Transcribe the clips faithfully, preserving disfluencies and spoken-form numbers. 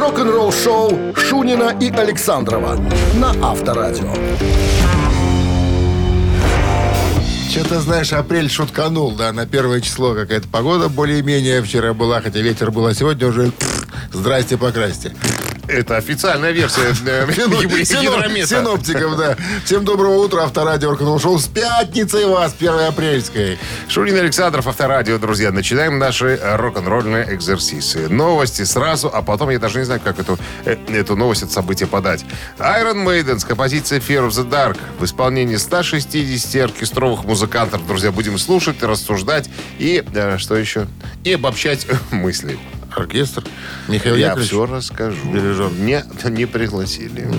Рок-н-ролл-шоу Шунина и Александрова на Авторадио. Что-то, знаешь, апрель шутканул, да, на первое число какая-то погода более-менее вчера была, хотя ветер был, а сегодня уже здрасте, покрасьте. Это официальная версия гидромета. Синоптиков, да. Всем доброго утра, Авторадио Рок-н-ролл шоу с пятницей вас, первое апрельской. Шунин Александров, Авторадио, друзья. Начинаем наши рок-н-ролльные экзерсисы. Новости сразу, а потом я даже не знаю, как эту, эту новость от события подать. Iron Maiden с композицией Fear of the Dark в исполнении ста шестидесяти оркестровых музыкантов. Друзья, будем слушать, рассуждать и, что еще? И обобщать мысли. Оркестр. Михаил Я Яковлевич. все расскажу. Дирижер. Не, не пригласили.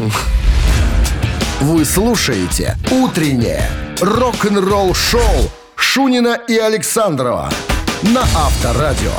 Вы слушаете «Утреннее рок-н-ролл-шоу» Шунина и Александрова на Авторадио.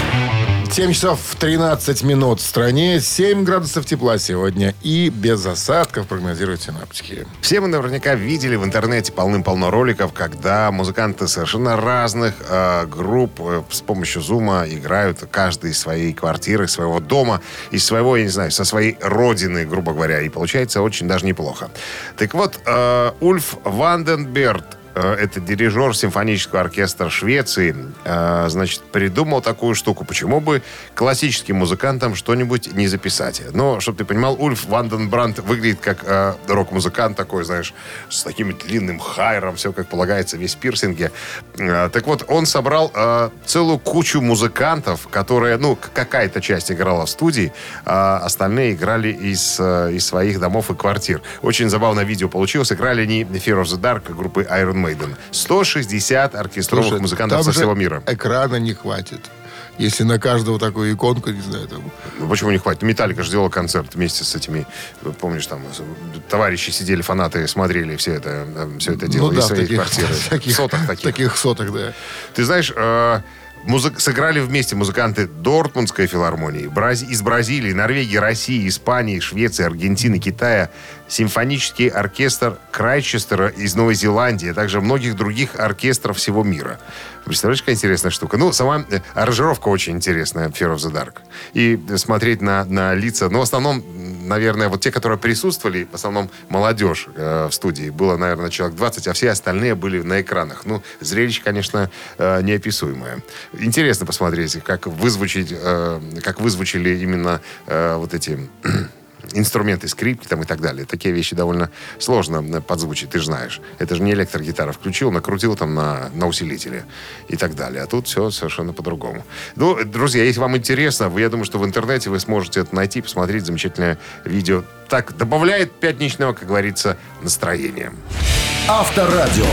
семь часов тринадцать минут в стране, семь градусов тепла сегодня и без осадков прогнозируют синоптики. Все мы наверняка видели в интернете полным-полно роликов, когда музыканты совершенно разных э, групп э, с помощью зума играют каждый из своей квартиры, своего дома, из своего, я не знаю, со своей родины, грубо говоря. И получается очень даже неплохо. Так вот, э, Ульф Ванденберг, это дирижер симфонического оркестра Швеции, э, значит, придумал такую штуку. Почему бы классическим музыкантам что-нибудь не записать? Но, чтобы ты понимал, Ульф Ванденбранд выглядит как э, рок-музыкант такой, знаешь, с таким длинным хайром, все как полагается, весь в пирсинге. Э, так вот, он собрал э, целую кучу музыкантов, которые, ну, какая-то часть играла в студии, а остальные играли из, э, из своих домов и квартир. Очень забавное видео получилось. Играли они Fear of the Dark группы Iron Maiden. сто шестьдесят оркестровых Слушай, музыкантов там со же всего мира. Экрана не хватит. Если на каждого такую иконку, не знаю, там... Ну, почему не хватит? Металлика же делала концерт вместе с этими, помнишь, там товарищи сидели, фанаты смотрели все это, все это дело Ну, из да, своей таких, квартиры. таких, В сотах таких. таких сотах, да. Ты знаешь, э, музык... сыграли вместе музыканты Дортмундской филармонии, Брази... из Бразилии, Норвегии, России, Испании, Швеции, Аргентины, Китая, симфонический оркестр Крайчестера из Новой Зеландии, а также многих других оркестров всего мира. Представляешь, какая интересная штука? Ну, сама аранжировка очень интересная, Fear of the Dark. И смотреть на, на лица, ну, в основном, наверное, вот те, которые присутствовали, в основном молодежь э, в студии, было, наверное, человек двадцать, а все остальные были на экранах. Ну, зрелище, конечно, э, неописуемое. Интересно посмотреть, как вызвучить, э, как вызвучили именно э, вот эти... инструменты, скрипки там и так далее. Такие вещи довольно сложно подзвучить, ты же знаешь. Это же не электрогитара. Включил, накрутил там на, на усилителе и так далее. А тут все совершенно по-другому. Ну, друзья, если вам интересно, я думаю, что в интернете вы сможете это найти, посмотреть замечательное видео. Так, добавляет пятничного, как говорится, настроения. Авторадио.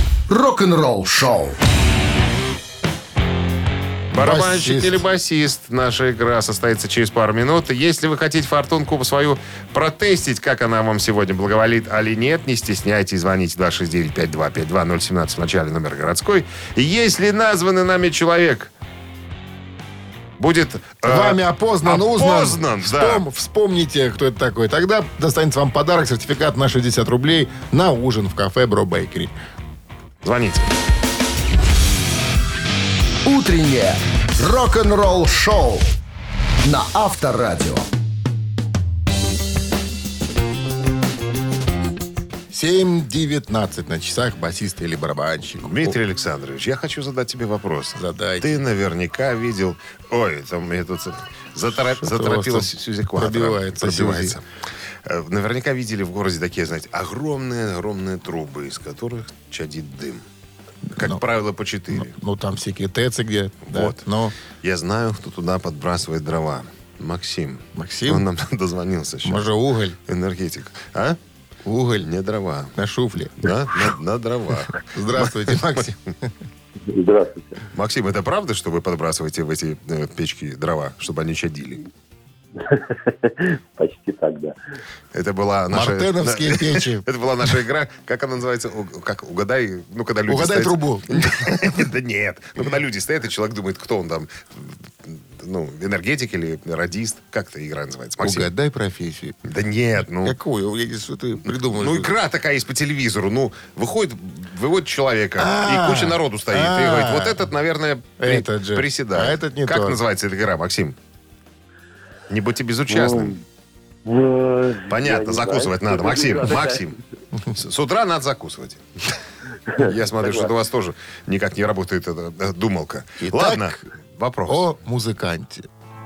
Рок-н-ролл-шоу. Барабанщик Басист. или басист. Наша игра состоится через пару минут. Если вы хотите фортунку свою протестить, как она вам сегодня благоволит, али нет, не стесняйтесь, звоните два шесть девять пять два пять два ноль семнадцать в начале, номер городской. И если названный нами человек будет э, Вами опознан, узнан. опознан, да. Вспом- вспомните, кто это такой. Тогда достанется вам подарок, сертификат на шестьдесят рублей на ужин в кафе Бро Бейкери. Звоните. Утреннее рок-н-ролл-шоу на Авторадио. семь девятнадцать на часах, басист или барабанщик. Дмитрий Александрович, я хочу задать тебе вопрос. Задайте. Ты наверняка видел... Ой, там мне тут затороп... Что-то заторопилась у вас там Сьюзи Кватро. пробивается, Пробивается. Э, Наверняка видели в городе такие, знаете, огромные-огромные трубы, из которых чадит дым. Как Ну, правило, по четыре. Ну, там всякие ТЭЦы где. Да. Вот. Но Я знаю, кто туда подбрасывает дрова. Максим. Максим? Он нам дозвонился сейчас. может, уголь? Энергетик. А? Уголь Не дрова. на шуфле. Да? На, на дрова. Здравствуйте, Максим. Здравствуйте. Максим, это правда, что вы подбрасываете в эти э, печки дрова, чтобы они чадили? Почти так, да. Это была наша... Мартеновские печи. Это была наша игра. Как она называется? У- Как угадай... Ну, когда люди Угадай стоят- трубу. Да нет. Ну, когда люди стоят, и человек думает, кто он там. Ну, энергетик или радист. Как эта игра называется? Максим? Угадай профессию. Да нет, ну... Какую? Я- Что ты придумал? Ну, игра такая есть по телевизору. Ну, выходит, выводит человека, А, и куча народу стоит. И а. говорит, вот этот, наверное, при- Этот же. приседает. А этот не Как тот. называется эта игра, Максим? Не будьте безучастным. Ну, э, я Понятно, не закусывать знаю. надо. Максим, Да, да. Максим, с с утра надо закусывать. Я смотрю, что у вас тоже никак не работает эта э, думалка. Итак, Ладно, вопрос. О музыканте.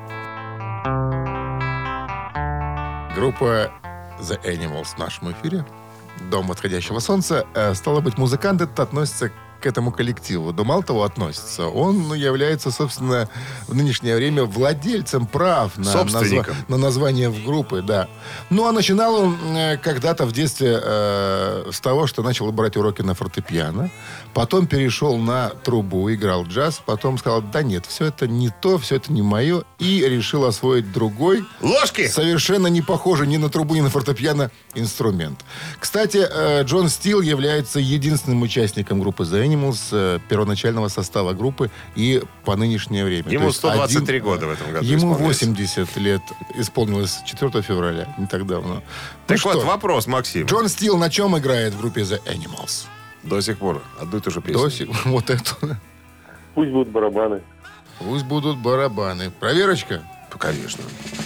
Группа The Animals в нашем эфире. Дом восходящего солнца. Э, Стало быть, музыкант этот относится к этому коллективу. Да мало того относится. Он ну, является, собственно, в нынешнее время владельцем прав на, Собственником. назва- на название в группы, да. Ну, а начинал он э, когда-то в детстве э, с того, что начал брать уроки на фортепиано. Потом перешел на трубу, играл джаз. Потом сказал, да нет, все это не то, все это не мое. И решил освоить другой, Ложки! совершенно не похожий ни на трубу, ни на фортепиано инструмент. Кстати, э, Джон Стил является единственным участником группы The Animals, э, первоначального состава группы и по нынешнее время. То Ему есть сто двадцать три один- года в этом году Ему исполняется. восемьдесят лет исполнилось четвёртого февраля, не так давно. Ну Так что, вот, вопрос, Максим. Джон Стил на чем играет в группе The Animals? До сих пор одну и ту же песню. До сих- Вот эту. Пусть будут барабаны. Пусть будут барабаны. Проверочка? Ну, конечно.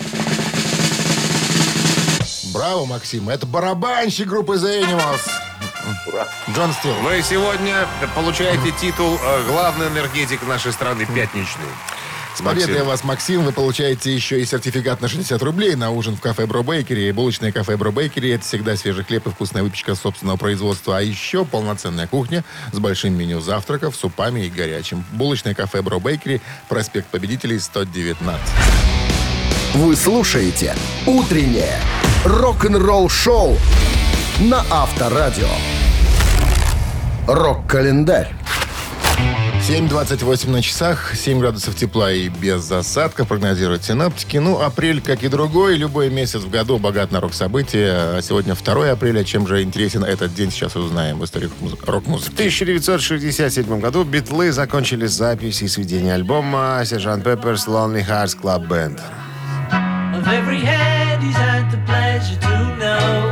Браво, Максим. Это барабанщик группы The Animals. Ура. Джон Стил. Вы сегодня получаете титул э, главный энергетик нашей страны пятничный. С победой Максим. вас, Максим. Вы получаете еще и сертификат на шестьдесят рублей на ужин в кафе Бро Бейкери. Булочное кафе Бро Бейкери. Это всегда свежий хлеб и вкусная выпечка собственного производства. А еще полноценная кухня с большим меню завтраков, супами и горячим. Булочное кафе Бро Бейкери. Проспект Победителей, сто девятнадцать. Вы слушаете «Утреннее рок-н-ролл-шоу» на Авторадио. Рок-календарь. семь двадцать восемь на часах, семь градусов тепла и без осадков, прогнозируют синоптики. Ну, апрель, как и другой, любой месяц в году богат на рок-события. А сегодня второе апреля. Чем же интересен этот день, сейчас узнаем в истории В рок-музыки. тысяча девятьсот шестьдесят седьмом году Битлы закончили запись и сведение альбома «Сержант Pepper's Lonely Hearts Club Band». Of every hand he's had the pleasure to know.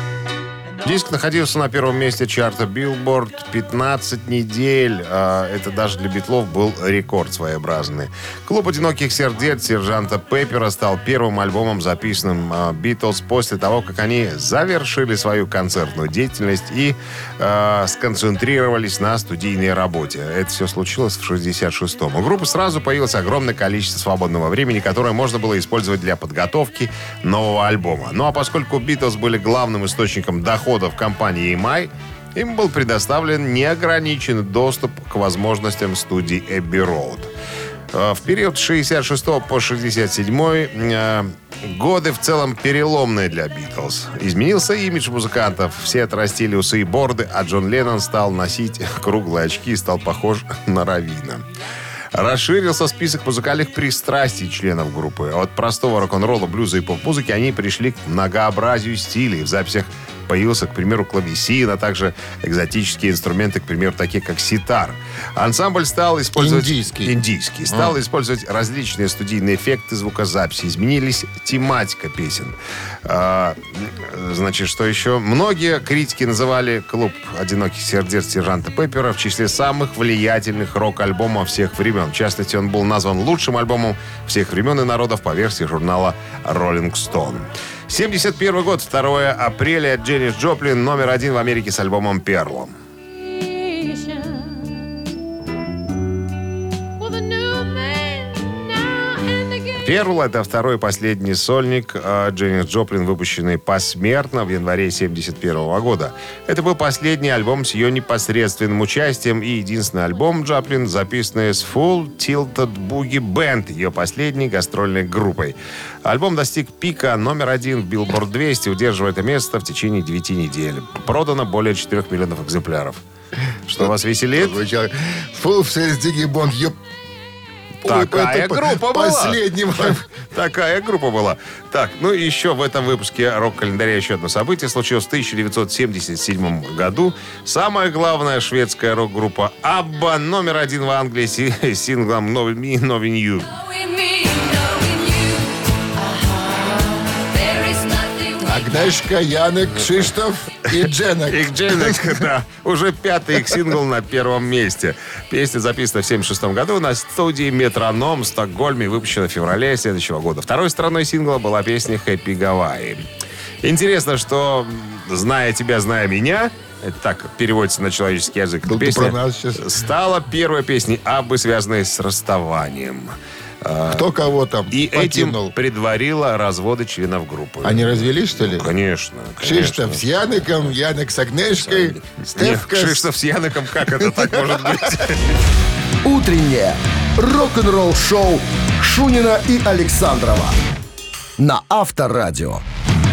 Диск находился на первом месте чарта Billboard пятнадцать недель. А это даже для Битлов был рекорд своеобразный. «Клуб одиноких сердец» сержанта Пеппера стал первым альбомом, записанным Битлз после того, как они завершили свою концертную деятельность и э, сконцентрировались на студийной работе. Это все случилось в шестьдесят шестом. У группы сразу появилось огромное количество свободного времени, которое можно было использовать для подготовки нового альбома. Ну а поскольку Битлз были главным источником дохода в компании эм ай, им был предоставлен неограниченный доступ к возможностям студии Abbey Road. Э, В период с шестьдесят шестого по шестьдесят седьмой э, годы в целом переломные для Битлз. Изменился имидж музыкантов. Все отрастили усы и борды, а Джон Леннон стал носить круглые очки и стал похож на раввина. Расширился список музыкальных пристрастий членов группы. От простого рок-н-ролла, блюза и поп-музыки они пришли к многообразию стилей. В записях появился, к примеру, клавесин, а также экзотические инструменты, к примеру, такие как ситар. Ансамбль стал использовать... Индийский. Индийский. Стал использовать различные студийные эффекты звукозаписи. Изменились тематика песен. А, значит, что еще? Многие критики называли «Клуб одиноких сердец» сержанта Пеппера в числе самых влиятельных рок-альбомов всех времен. В частности, он был назван лучшим альбомом всех времен и народов по версии журнала Rolling Stone. семьдесят первый год, второго апреля, Дженнис Джоплин, номер один в Америке с альбомом «Перлом». «Перл» — это второй и последний сольник э, Дженнис Джоплин, выпущенный посмертно в январе семьдесят первого года. Это был последний альбом с ее непосредственным участием и единственный альбом Джоплин, записанный с Full Tilted Boogie Band, ее последней гастрольной группой. Альбом достиг пика номер один в Billboard двести, удерживая это место в течение девяти недель. Продано более четырёх миллионов экземпляров. Что вас веселит? Фу, все Диги Бонд, ёп. Такая Это группа была. Последним. Такая группа была. Так, ну и еще в этом выпуске рок-календаря еще одно событие случилось в тысяча девятьсот семьдесят седьмом году. Самая главная шведская рок-группа Абба, номер один в Англии с синглом «Knowing Me, Knowing You». А Агнешка, Янек, Кшиштоф и Дженек. Их Дженек, да. Уже пятый их сингл на первом месте. Песня записана в семьдесят шестом году на студии «Метроном» в Стокгольме, выпущена в феврале следующего года. Второй стороной сингла была песня «Хэппи Гавайи». Интересно, что «Зная тебя, зная меня», это так переводится на человеческий язык, Ну, ты песня про нас сейчас. стала первой песней, абы связанной с расставанием. Кто кого там И покинул? этим предварила разводы членов группы. Они развелись, что ли? Ну, конечно, Кшиштоф конечно. с Янеком, Янек с Агнешкой, Нет, Стефка с... Кшиштоф с Яноком, как это так может быть? Утреннее рок-н-ролл-шоу Шунина и Александрова на Авторадио.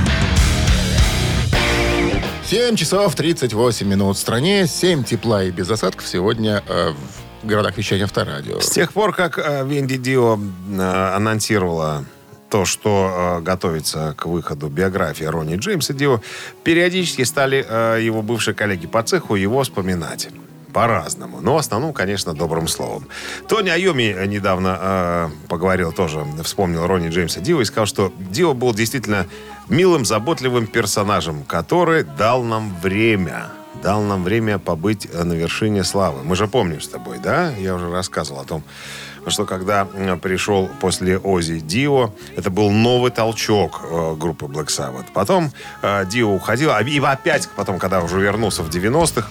семь часов тридцать восемь минут в стране, семь тепла и без осадков сегодня э, в городах вещания Авторадио. С тех пор, как э, Венди Дио э, анонсировала то, что э, готовится к выходу биографии Ронни Джеймса Дио, периодически стали э, его бывшие коллеги по цеху его вспоминать. По-разному. Но в основном, конечно, добрым словом. Тони Айоми недавно э, поговорил тоже, вспомнил Ронни Джеймса Дио и сказал, что Дио был действительно милым, заботливым персонажем, который дал нам время. Дал нам время побыть на вершине славы. Мы же помним с тобой, да? Я уже рассказывал о том, что когда пришел после Оззи Дио, это был новый толчок э, группы Black Sabbath. Потом э, Дио уходил, и опять потом, когда уже вернулся в девяностых,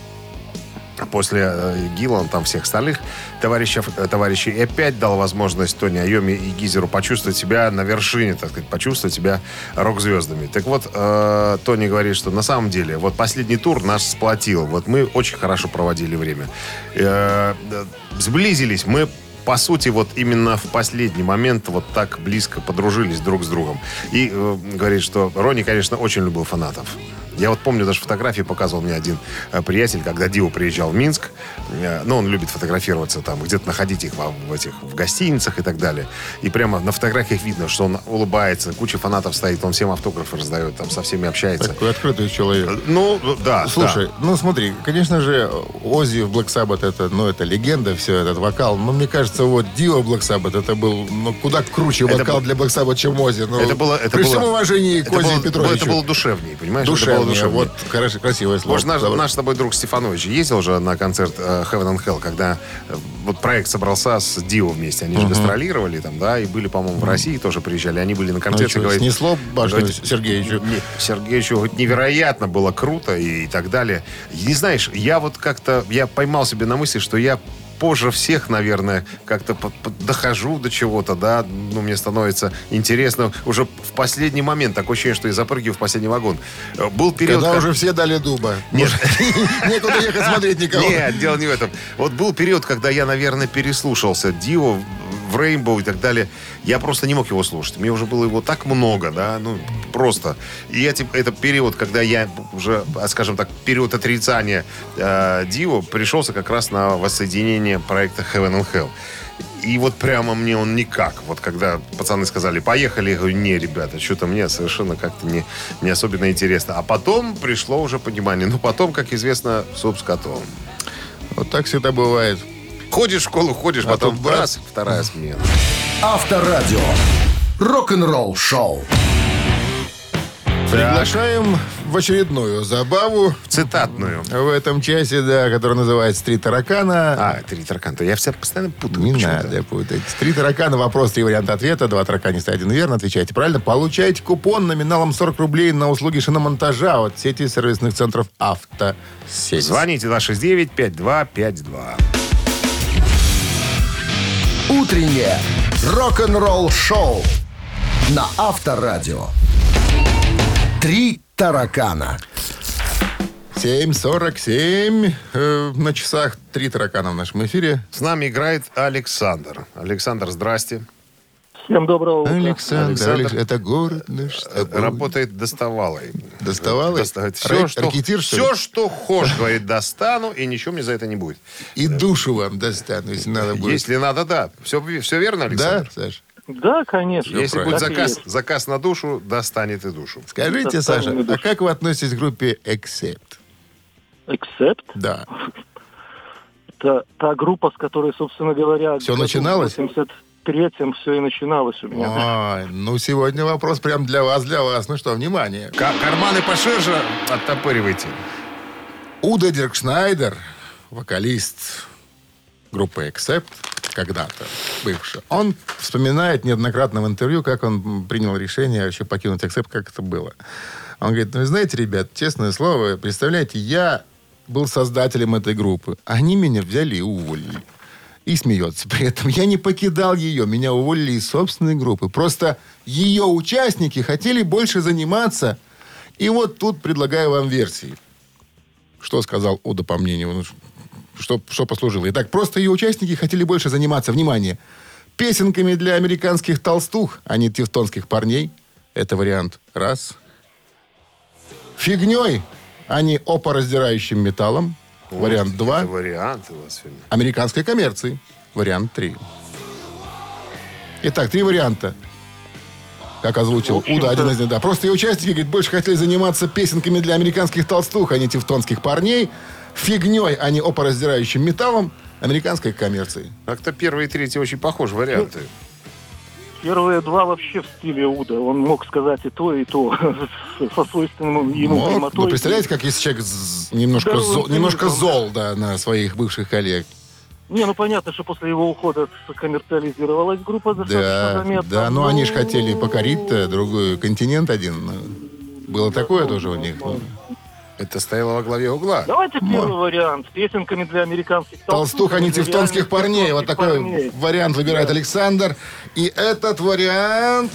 после э, Гиллана, там всех остальных товарищей, товарищей, и опять дал возможность Тони Айоми и Гизеру почувствовать себя на вершине, так сказать, почувствовать себя рок-звездами. Так вот, э, Тони говорит, что на самом деле, вот последний тур нас сплотил. Вот мы очень хорошо проводили время. Э, э, сблизились мы, по сути, вот именно в последний момент вот так близко подружились друг с другом. И э, говорит, что Ронни, конечно, очень любил фанатов. Я вот помню, даже фотографии показывал мне один э, приятель, когда Дио приезжал в Минск. Э, ну, он любит фотографироваться там, где-то находить их в, в этих в гостиницах и так далее. И прямо на фотографиях видно, что он улыбается, куча фанатов стоит, он всем автографы раздает, там со всеми общается. Такой открытый человек. Ну, да. Слушай, да. ну смотри, конечно же, Оззи в Black Sabbath это, ну, это легенда, все, этот вокал. Но мне кажется, вот Дио Black Sabbath это был, ну, куда круче Это вокал был- для Black Sabbath, чем Оззи. Ну, Это было- это при было- всем уважении к Это Оззи было, Петровичу. это было душевнее, понимаешь? Это было Душевнее, душевнее. вот хорошо, красивое слово. Может, наш, Забыл. наш с тобой друг Стефанович ездил уже на концерт э, Heaven and Hell, когда э, вот проект собрался с Дио вместе. Они же гастролировали там, да, и были, по-моему, в России тоже приезжали. Они были на Ну, концерте. что, говорит, снесло башню говорит, Сергеевичу? Не, Сергеевичу говорит, невероятно было круто и, и так далее. И, не знаешь, я вот как-то, я поймал себе на мысли, что я позже всех, наверное, как-то под- под- дохожу до чего-то, да, ну, мне становится интересно уже в последний момент. Такое ощущение, что я запрыгиваю в последний вагон. Э, Был период... Когда как- уже все дали дуба. Нет. Некуда ехать смотреть никого. Нет, дело не в этом. Вот был период, когда я, наверное, переслушался Дио в Рейнбоу и так далее. Я просто не мог его слушать. Мне уже было его так много, да, ну, просто. И эти, это период, когда я уже, скажем так, период отрицания э, Дио пришелся как раз на воссоединение проекта Heaven and Hell. И вот прямо мне он никак. Вот когда пацаны сказали, поехали, я говорю, не, ребята, что-то мне совершенно как-то не, не особенно интересно. А потом пришло уже понимание. Ну, потом, как известно, суп с котом. Вот так всегда бывает. Ходишь в школу, ходишь, А потом тут бац. раз, вторая смена. Авторадио. Рок-н-ролл шоу. Приглашаем в очередную забаву Цитатную. в этом часе, да, которая называется «Три таракана». А, три таракана. Я все постоянно путаю. Не почему-то. надо путать. Три таракана, вопрос, три варианта ответа. Два тараканиста, один верно. Отвечайте правильно. Получаете купон номиналом сорок рублей на услуги шиномонтажа от сети сервисных центров «Автосеть». Звоните два шесть девять пять два пять два. Утреннее рок-н-ролл шоу на Авторадио. Три таракана. семь сорок семь. Э, на часах три таракана в нашем эфире. С нами играет Александр. Александр, здрасте. Всем доброго утра. Александр, Александр. Алекс, это город наш. с тобой. Работает доставалой. Доставалой? Все, Рэ- что, ракетир, что ли? все, что хочешь, говорит, достану, и ничего мне за это не будет. И душу вам достану, если надо будет. Если надо, да. Все, все верно, Да, Александр? Саш? Да, конечно. Если правильно. будет Так и заказ, есть. заказ на душу, достанет и душу. Скажите, Достану Саша, на а душу. как вы относитесь к группе Accept? Accept. Да. Это та группа, с которой, собственно говоря... Всё году начиналось? восемьдесят третьем все и начиналось у меня. Ой, ну сегодня вопрос прям для вас, для вас. Ну что, внимание. Ка- карманы пошире оттопыривайте. Уда Диркшнайдер, вокалист группы Accept, когда-то бывший, он вспоминает неоднократно в интервью, как он принял решение вообще покинуть Accept, как это было. Он говорит, ну, вы знаете, ребят, честное слово, представляете, я был создателем этой группы. Они меня взяли и уволили. И смеется при этом. Я не покидал ее. Меня уволили из собственной группы. Просто ее участники хотели больше заниматься. И вот тут предлагаю вам версии. Что сказал Уда по мнению? Ну, что, что послужило? Итак, просто ее участники хотели больше заниматься, внимание, песенками для американских толстух, а не тевтонских парней. Это вариант раз. Фигней, а не опораздирающим металлом. Вот, Вариант два. это варианты у вас сегодня. Американской коммерции. Вариант три. Итак, три варианта. Как озвучил Уда, один из них. Да. Просто ее участники, говорит, больше хотели заниматься песенками для американских толстух, а не тевтонских парней. Фигней, а не опораздирающим металлом. Американской коммерции. Как-то первые и третьи очень похожи варианты. Первые два вообще в стиле Уда. Он мог сказать и то, и то. Со свойственным ему Мог. прямотой. Ну, представляете, как если человек з- немножко, Да, зол, он немножко конечно, зол да, на своих бывших коллег. Не, ну понятно, что после его ухода коммерциализировалась группа достаточно Да, заметно. да, но Ну, они же хотели покорить другой континент один. Было такое тоже у них. Ну, Это стояло во главе угла. Давайте первый вариант. Песенками для американских толстух, а не для тевтонских реальных парней. Вот тевтонских такой парней. вариант выбирает Александр. И этот вариант,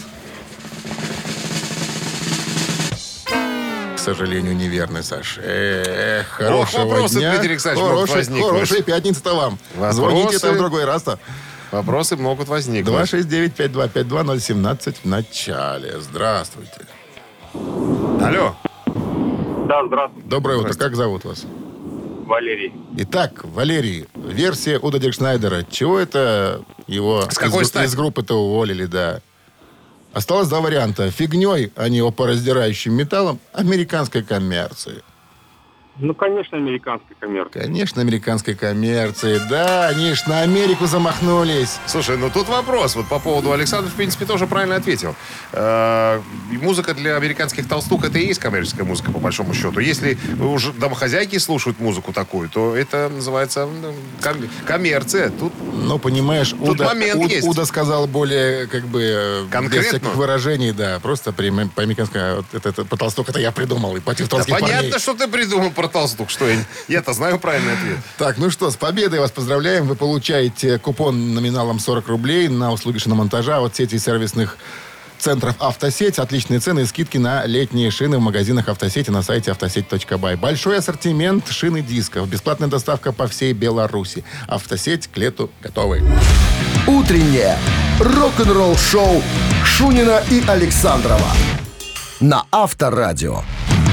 к сожалению, неверный, Саш. Эх, хорошего вопросы, дня. Дмитрий Александрович, могут Хорошей, возникнуть. хорошей пятницы-то вам. Вопросы. Звоните там в другой раз-то. Вопросы могут возникнуть. два шесть девять пять два пять два ноль семнадцать в начале. Здравствуйте. Алло. Да, здравствуйте, Доброе утро. Как зовут вас? Валерий. Итак, Валерий, версия Уда Диркшнайдера. Чего это его С какой из, стати? из группы-то уволили, да. Осталось два варианта. Фигней, а не опораздирающим металлом, американской коммерции. Ну, конечно, американская коммерция. Конечно, американской коммерции. Да, они ж на Америку замахнулись. Слушай, ну тут вопрос. Вот по поводу Александра, в принципе, тоже правильно ответил. Э, музыка для американских толстух — это и есть коммерческая музыка, по большому счету. Если уже домохозяйки слушают музыку такую, то это называется ну, ком- коммерция. Тут Ну, понимаешь, Тут Уда, момент Уд- есть. Уда сказал более, как бы, э, Конкретно? без всяких выражений, да. Просто при, по-американски, вот это, это, по толстух это я придумал, и по да тевтонских понятно, парней. что ты придумал про толстух. Что я, я-то знаю правильный ответ. Так, ну что, с победой вас поздравляем. Вы получаете купон номиналом сорок рублей на услуги шиномонтажа от сети сервисных центров «Автосеть». Отличные цены и скидки на летние шины в магазинах «Автосети» на сайте автосеть точка бай. Большой ассортимент шин и дисков. Бесплатная доставка по всей Беларуси. «Автосеть» к лету готовы. Утреннее рок-н-ролл-шоу Шунина и Александрова на Авторадио.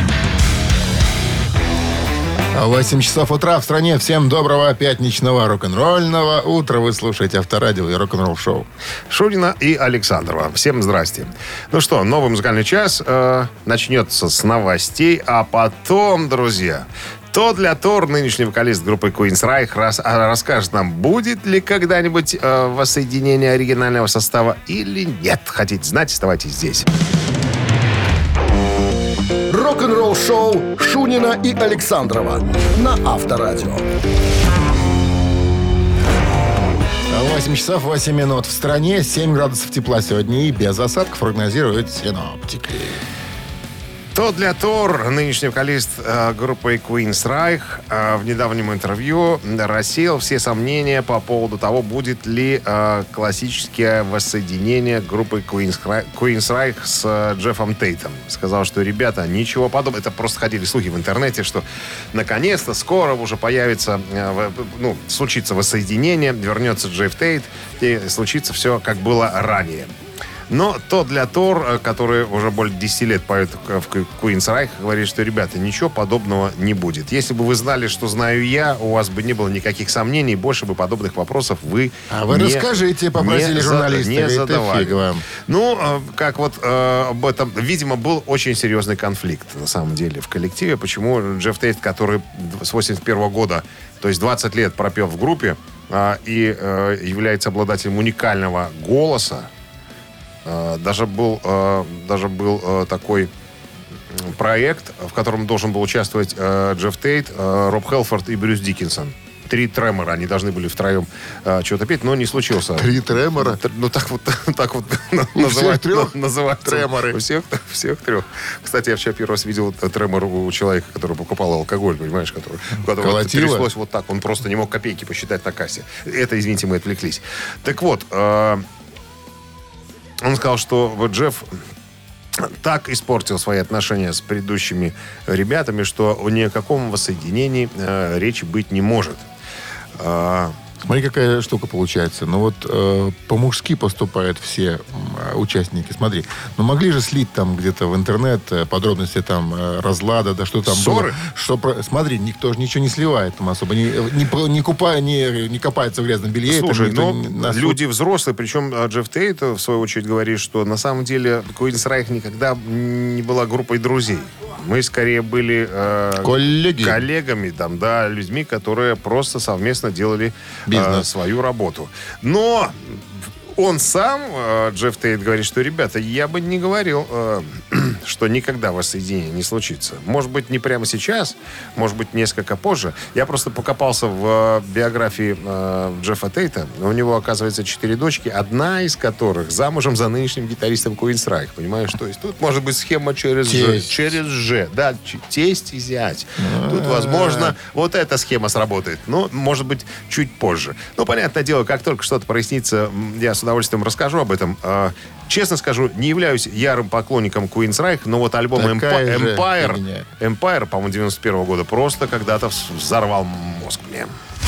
восемь часов утра в стране. Всем доброго пятничного рок-н-ролльного утра. Вы слушаете Авторадио и рок-н-ролл шоу. Шунина и Александрова. Всем здрасте. Ну что, новый музыкальный час э, начнется с новостей, а потом, друзья, то для Тор, нынешний вокалист группы Queensryche, рас, а, расскажет нам, будет ли когда-нибудь э, воссоединение оригинального состава или нет. Хотите знать, оставайтесь здесь. Рок-н-ролл-шоу Шунина и Александрова на Авторадио. восемь часов восемь минут. В стране семь градусов тепла сегодня и без осадков прогнозируют синоптики. То для Тор, нынешний вокалист э, группы Queensryche, э, в недавнем интервью рассеял все сомнения по поводу того, будет ли э, классическое воссоединение группы Queensryche, Queensryche с э, Джеффом Тейтом. Сказал, что, ребята, ничего подобного. Это просто ходили слухи в интернете, что наконец-то скоро уже появится, э, ну, случится воссоединение, вернется Джефф Тейт, и случится все, как было ранее. Но то для Тор, который уже более десять лет поет в Queensryche, говорит, что, ребята, ничего подобного не будет. Если бы вы знали, что знаю я, у вас бы не было никаких сомнений, больше бы подобных вопросов вы А вы не, расскажите, попросили не, журналисты. не Говорит, задавали. фиг вам. Ну, э, как вот э, об этом, видимо, был очень серьезный конфликт, на самом деле, в коллективе. Почему Джефф Тейт, который с восемьдесят первого года, то есть двадцать лет пропел в группе, а, и а, является обладателем уникального голоса. А, даже был, а, даже был а, такой проект, в котором должен был участвовать а, Джефф Тейт, а, Роб Хелфорд и Брюс Диккинсон. Три тремора. Они должны были втроем а, что-то петь, но не случился. Три тремора? Тр- Ну, так вот, так вот У всех трех называют треморы? У всех, всех трех. Кстати, я вчера первый раз видел тремор у человека, который покупал алкоголь, понимаешь, который, у которого Колотило? тряслось вот так. Он просто не мог копейки посчитать на кассе. Это, извините, мы отвлеклись. Так вот, э, он сказал, что вот Джефф так испортил свои отношения с предыдущими ребятами, что ни о каком воссоединении э, речи быть не может. А, Смотри, какая штука получается. Ну вот э, по-мужски поступают все э, участники. Смотри, ну могли же слить там где-то в интернет э, подробности там э, разлада, да что там Ссоры? было. Что про... Смотри, никто же ничего не сливает там особо. Не, не, про- не, купая, не, не копается в грязном белье. Слушай, там никто но не- на суд. люди взрослые, причем а, Джефф Тейт, в свою очередь, говорит, что на самом деле Queensryche никогда не была группой друзей. Мы скорее были э, Коллеги. коллегами, там, да, людьми, которые просто совместно делали э, Бизнес. свою работу. Но он сам, э, Джефф Тейт, говорит, что, ребята, я бы не говорил, э, что никогда воссоединение не случится. Может быть, не прямо сейчас, может быть, несколько позже. Я просто покопался в э, биографии э, Джеффа Тейта. У него, оказывается, четыре дочки, одна из которых замужем за нынешним гитаристом Queensryche. Понимаешь? То есть тут может быть схема через Ж. Тесть. Через Ж. Да, ч- тесть и зять. Тут, возможно, вот эта схема сработает. Но, может быть, чуть позже. Ну, понятное дело, как только что-то прояснится, м, я с удовольствием расскажу об этом. А, честно скажу, не являюсь ярым поклонником Queensryche, но вот альбом Такая Эмпа- же Empire, фигня. Empire, по-моему, девяносто первого года, просто когда-то вз- взорвал мозг мне.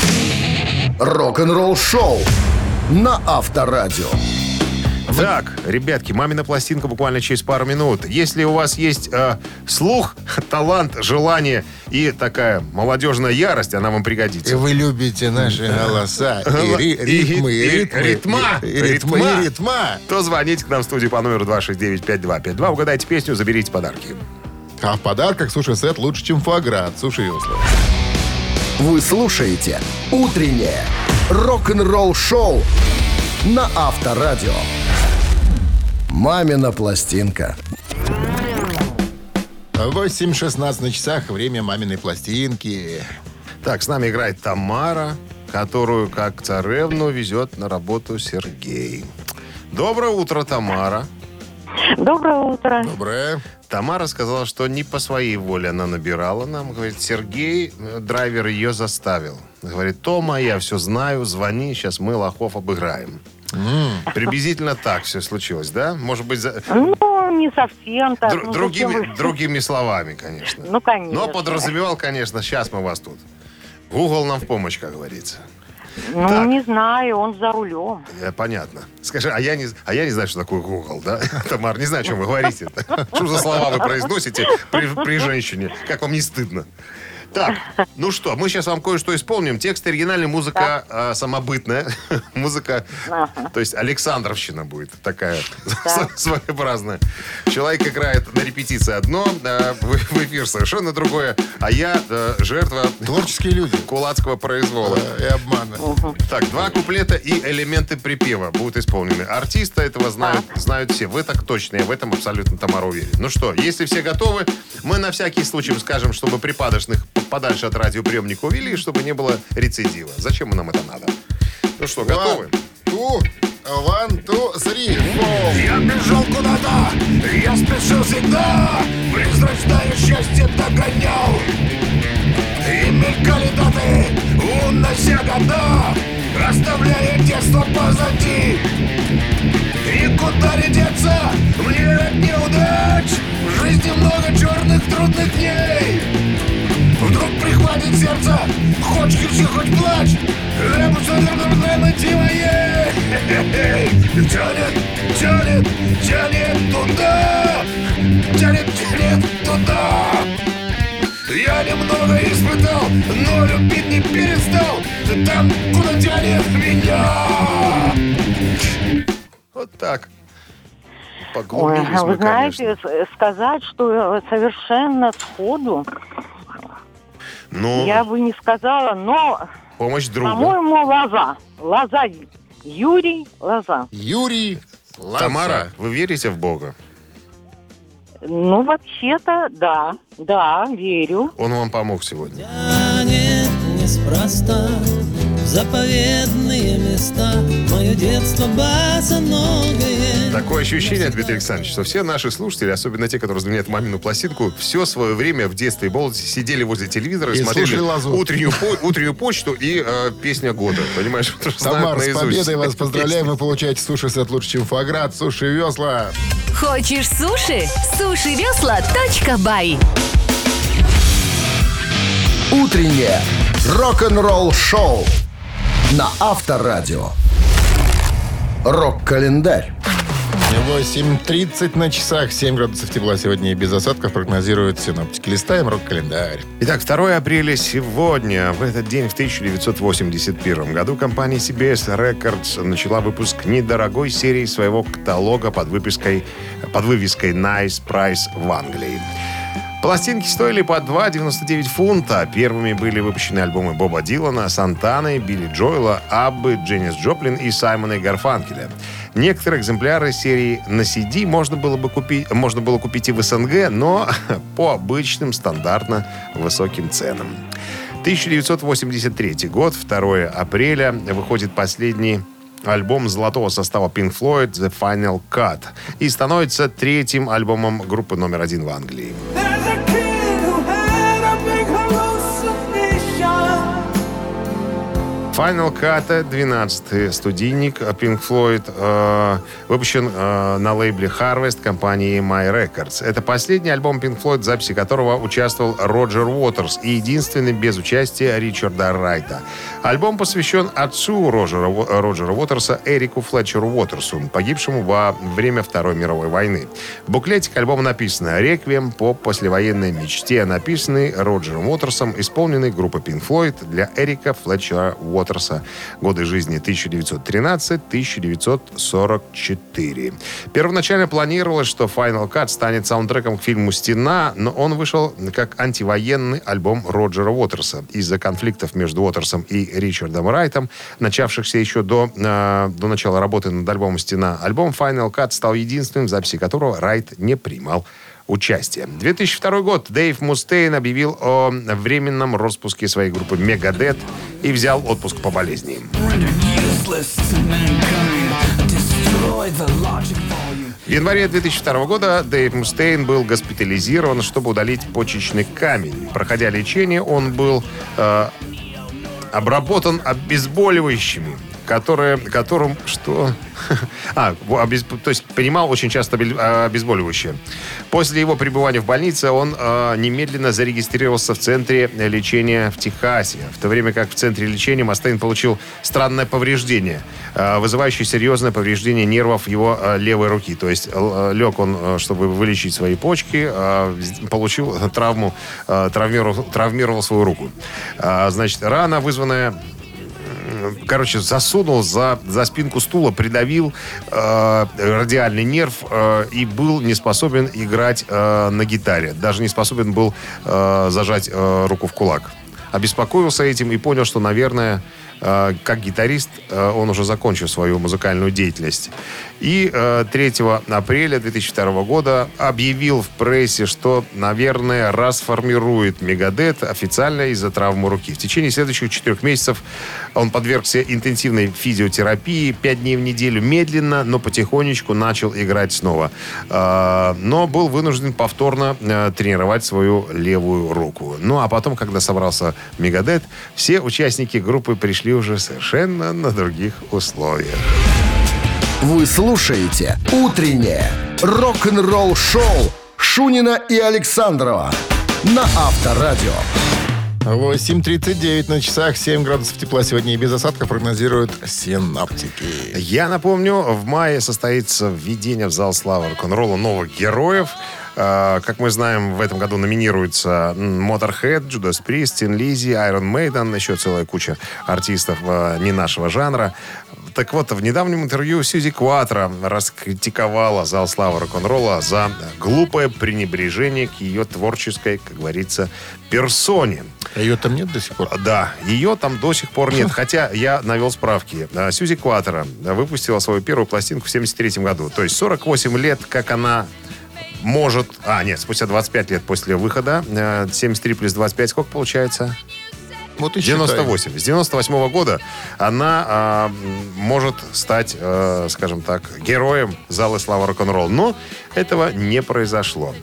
Рок-н-ролл шоу на Авторадио. Так, ребятки, мамина пластинка буквально через пару минут. Если у вас есть э, слух, талант, желание и такая молодежная ярость, она вам И пригодится. вы любите наши голоса. И ри- И- ритмы, и и- ритмы. ритма. И ритмы, Ритма. и ритма. То звоните к нам в студию по номеру два шесть девять пять два пять два. Угадайте песню, заберите подарки. А в подарках суши-сет лучше, чем фуагра от Суши Весла. Вы слушаете «Утреннее рок-н-ролл шоу» на Авторадио. «Мамина пластинка». восемь шестнадцать на часах. Время маминой пластинки. Так, с нами играет Тамара, которую, как царевну, везет на работу Сергей. Доброе утро, Тамара. Доброе утро. Доброе. Тамара сказала, что не по своей воле она набирала нам. Говорит, Сергей, э, драйвер, ее заставил. Говорит, Тома, я все знаю, звони, сейчас мы лохов обыграем. Приблизительно так все случилось, да? Может быть, за- Ну, не совсем так. дру- ну, другими, зачем вы- другими словами, конечно. Ну, конечно. Но подразумевал, конечно, сейчас мы вас тут. Google нам в помощь, как говорится. Ну, Так. не знаю, он за рулем. Э, Понятно. Скажи, а я не, а я не знаю, что такое Google, да? Тамар, не знаю, о чем вы говорите. Что за слова вы произносите при, при женщине? Как вам не стыдно? Так, ну что, мы сейчас вам кое-что исполним. Текст оригинальный, музыка э, самобытная. Музыка, Ага. то есть Александровщина будет такая своеобразная. Человек играет на репетиции одно, а в в эфир совершенно другое, а я э, жертва Творческие люди. кулацкого произвола. Э, И обмана. Так, два куплета и элементы припева будут исполнены. Артиста этого знают, знают все. Вы так точно, я в этом абсолютно, Тамара, уверен. Ну что, если все готовы, мы на всякий случай скажем, чтобы припадочных подальше от радиоприемника увели, чтобы не было рецидива. Зачем нам это надо? Ну что, готовы? One, two, one, two, three, four. Я бежал куда-то, я спешил всегда, призрачное счастье догонял. И мелькали даты, унося года, оставляя детство позади. И куда не деться мне от неудач, в жизни много черных трудных дней. Вдруг прихватит сердце, хоть кричи, хоть плачь, эмоционально найти моей. Тянет, тянет, тянет туда, тянет, тянет туда. Я немного испытал, но любить не перестал. Там, куда тянет меня. Вот так. Ой, Поглубились вы мы, знаете, конечно. с- сказать, что совершенно сходу Ну, я бы не сказала, но помощь друга. По-моему, Лоза. Лоза. Юрий Лоза. Юрий Лоза. Тамара, вы верите в Бога? Ну, вообще-то, да. Да, верю. Он вам помог сегодня. Тянет неспроста в заповедные места мое детство босоногое. Такое ощущение, Дмитрий Александрович, что все наши слушатели, особенно те, которые звонят мамину пластинку, все свое время в детстве и молодости сидели возле телевизора и, И смотрели слушали Лозу. утреннюю, по- утреннюю почту и э, песня года. Понимаешь? Потому что знают Тамар, с наизусть. победой вас поздравляем. Вы получаете суши-сет лучше, чем фуаград. Суши-весла. Хочешь суши? суши весла точка бай. Утреннее рок-н-ролл-шоу на Авторадио. Рок-календарь. восемь тридцать на часах, семь градусов тепла сегодня и без осадков прогнозируют синоптики. Листаем рок-календарь. Итак, второе апреля сегодня. В этот день, в тысяча девятьсот восемьдесят первом году, компания си би эс Records начала выпуск недорогой серии своего каталога под, выпиской, под вывеской Nice Price в Англии. Пластинки стоили по два девяносто девять фунта. Первыми были выпущены альбомы Боба Дилана, Сантаны, Билли Джоэла, Аббы, Дженнис Джоплин и Саймона и Гарфанкеля. Некоторые экземпляры серии на си ди можно было бы купить, можно было купить и в эс эн гэ, но по обычным стандартно высоким ценам. тысяча девятьсот восемьдесят третий год, второе апреля, выходит последний альбом золотого состава Pink Floyd «The Final Cut» и становится третьим альбомом группы номер один в Англии. There's a kid who had a big hallucination. Final Cut, двенадцатый студийник Pink Floyd, э, выпущен э, на лейбле Harvest компании My Records. Это последний альбом Pink Floyd, в записи которого участвовал Роджер Уотерс, и единственный без участия Ричарда Райта. Альбом посвящен отцу Роджера, Роджера Уотерса, Эрику Флетчеру Уотерсу, погибшему во время Второй мировой войны. В буклете к альбому написано «Реквием по послевоенной мечте», написанный Роджером Уотерсом, исполненный группой Pink Floyd для Эрика Флетчера Уотерса. Годы жизни тысяча девятьсот тринадцатый — тысяча девятьсот сорок четыре. Первоначально планировалось, что Final Cut станет саундтреком к фильму «Стена», но он вышел как антивоенный альбом Роджера Уотерса. Из-за конфликтов между Уотерсом и Ричардом Райтом, начавшихся еще до, э, до начала работы над альбомом «Стена», альбом Final Cut стал единственным, в записи которого Райт не принимал участие. две тысячи второй год. Дэйв Мустейн объявил о временном распуске своей группы Megadeth и взял отпуск по болезни. В январе две тысячи второго года Дэйв Мустейн был госпитализирован, чтобы удалить почечный камень. Проходя лечение, он был э, обработан обезболивающими, которые, которым что... А, обез... то есть принимал очень часто обезболивающее. После его пребывания в больнице он э, немедленно зарегистрировался в центре лечения в Техасе, в то время как в центре лечения Мустейн получил странное повреждение, э, вызывающее серьезное повреждение нервов его э, левой руки. То есть э, лег он, э, чтобы вылечить свои почки, э, получил травму, э, травмировал, травмировал свою руку. Э, значит, рана, вызванная... Короче, засунул за, за спинку стула, придавил э, радиальный нерв э, и был не способен играть э, на гитаре. Даже не способен был э, зажать э, руку в кулак. Обеспокоился этим и понял, что, наверное, э, как гитарист э, он уже закончил свою музыкальную деятельность. И э, третьего апреля две тысячи второго года объявил в прессе, что, наверное, расформирует Megadeth официально из-за травмы руки. В течение следующих четырех месяцев он подвергся интенсивной физиотерапии пять дней в неделю. Медленно, но потихонечку начал играть снова. Э, но был вынужден повторно э, тренировать свою левую руку. Ну, а потом, когда собрался Megadeth, все участники группы пришли уже совершенно на других условиях. Вы слушаете «Утреннее рок-н-ролл-шоу» Шунина и Александрова на Авторадио. восемь тридцать девять на часах, семь градусов тепла сегодня и без осадков прогнозируют синоптики. Я напомню, в мае состоится введение в зал славы рок-н-ролла новых героев. Как мы знаем, в этом году номинируются Motorhead, Judas Priest, Tin Lizzy, Iron Maiden, еще целая куча артистов не нашего жанра. Так вот, в недавнем интервью Сьюзи Кватро раскритиковала зал славы рок-н-ролла за глупое пренебрежение к ее творческой, как говорится, персоне. А ее там нет до сих пор? Да, ее там до сих пор нет. Хотя я навел справки. Сьюзи Кватро выпустила свою первую пластинку в семьдесят третьем году. То есть сорок восемь лет, как она может... А, нет, спустя двадцать пять лет после выхода. семьдесят три плюс двадцать пять, сколько получается? Вот и девяносто восемь. С девяносто восьмого года она а, может стать, а, скажем так, героем зала славы рок-н-ролл. Но этого не произошло.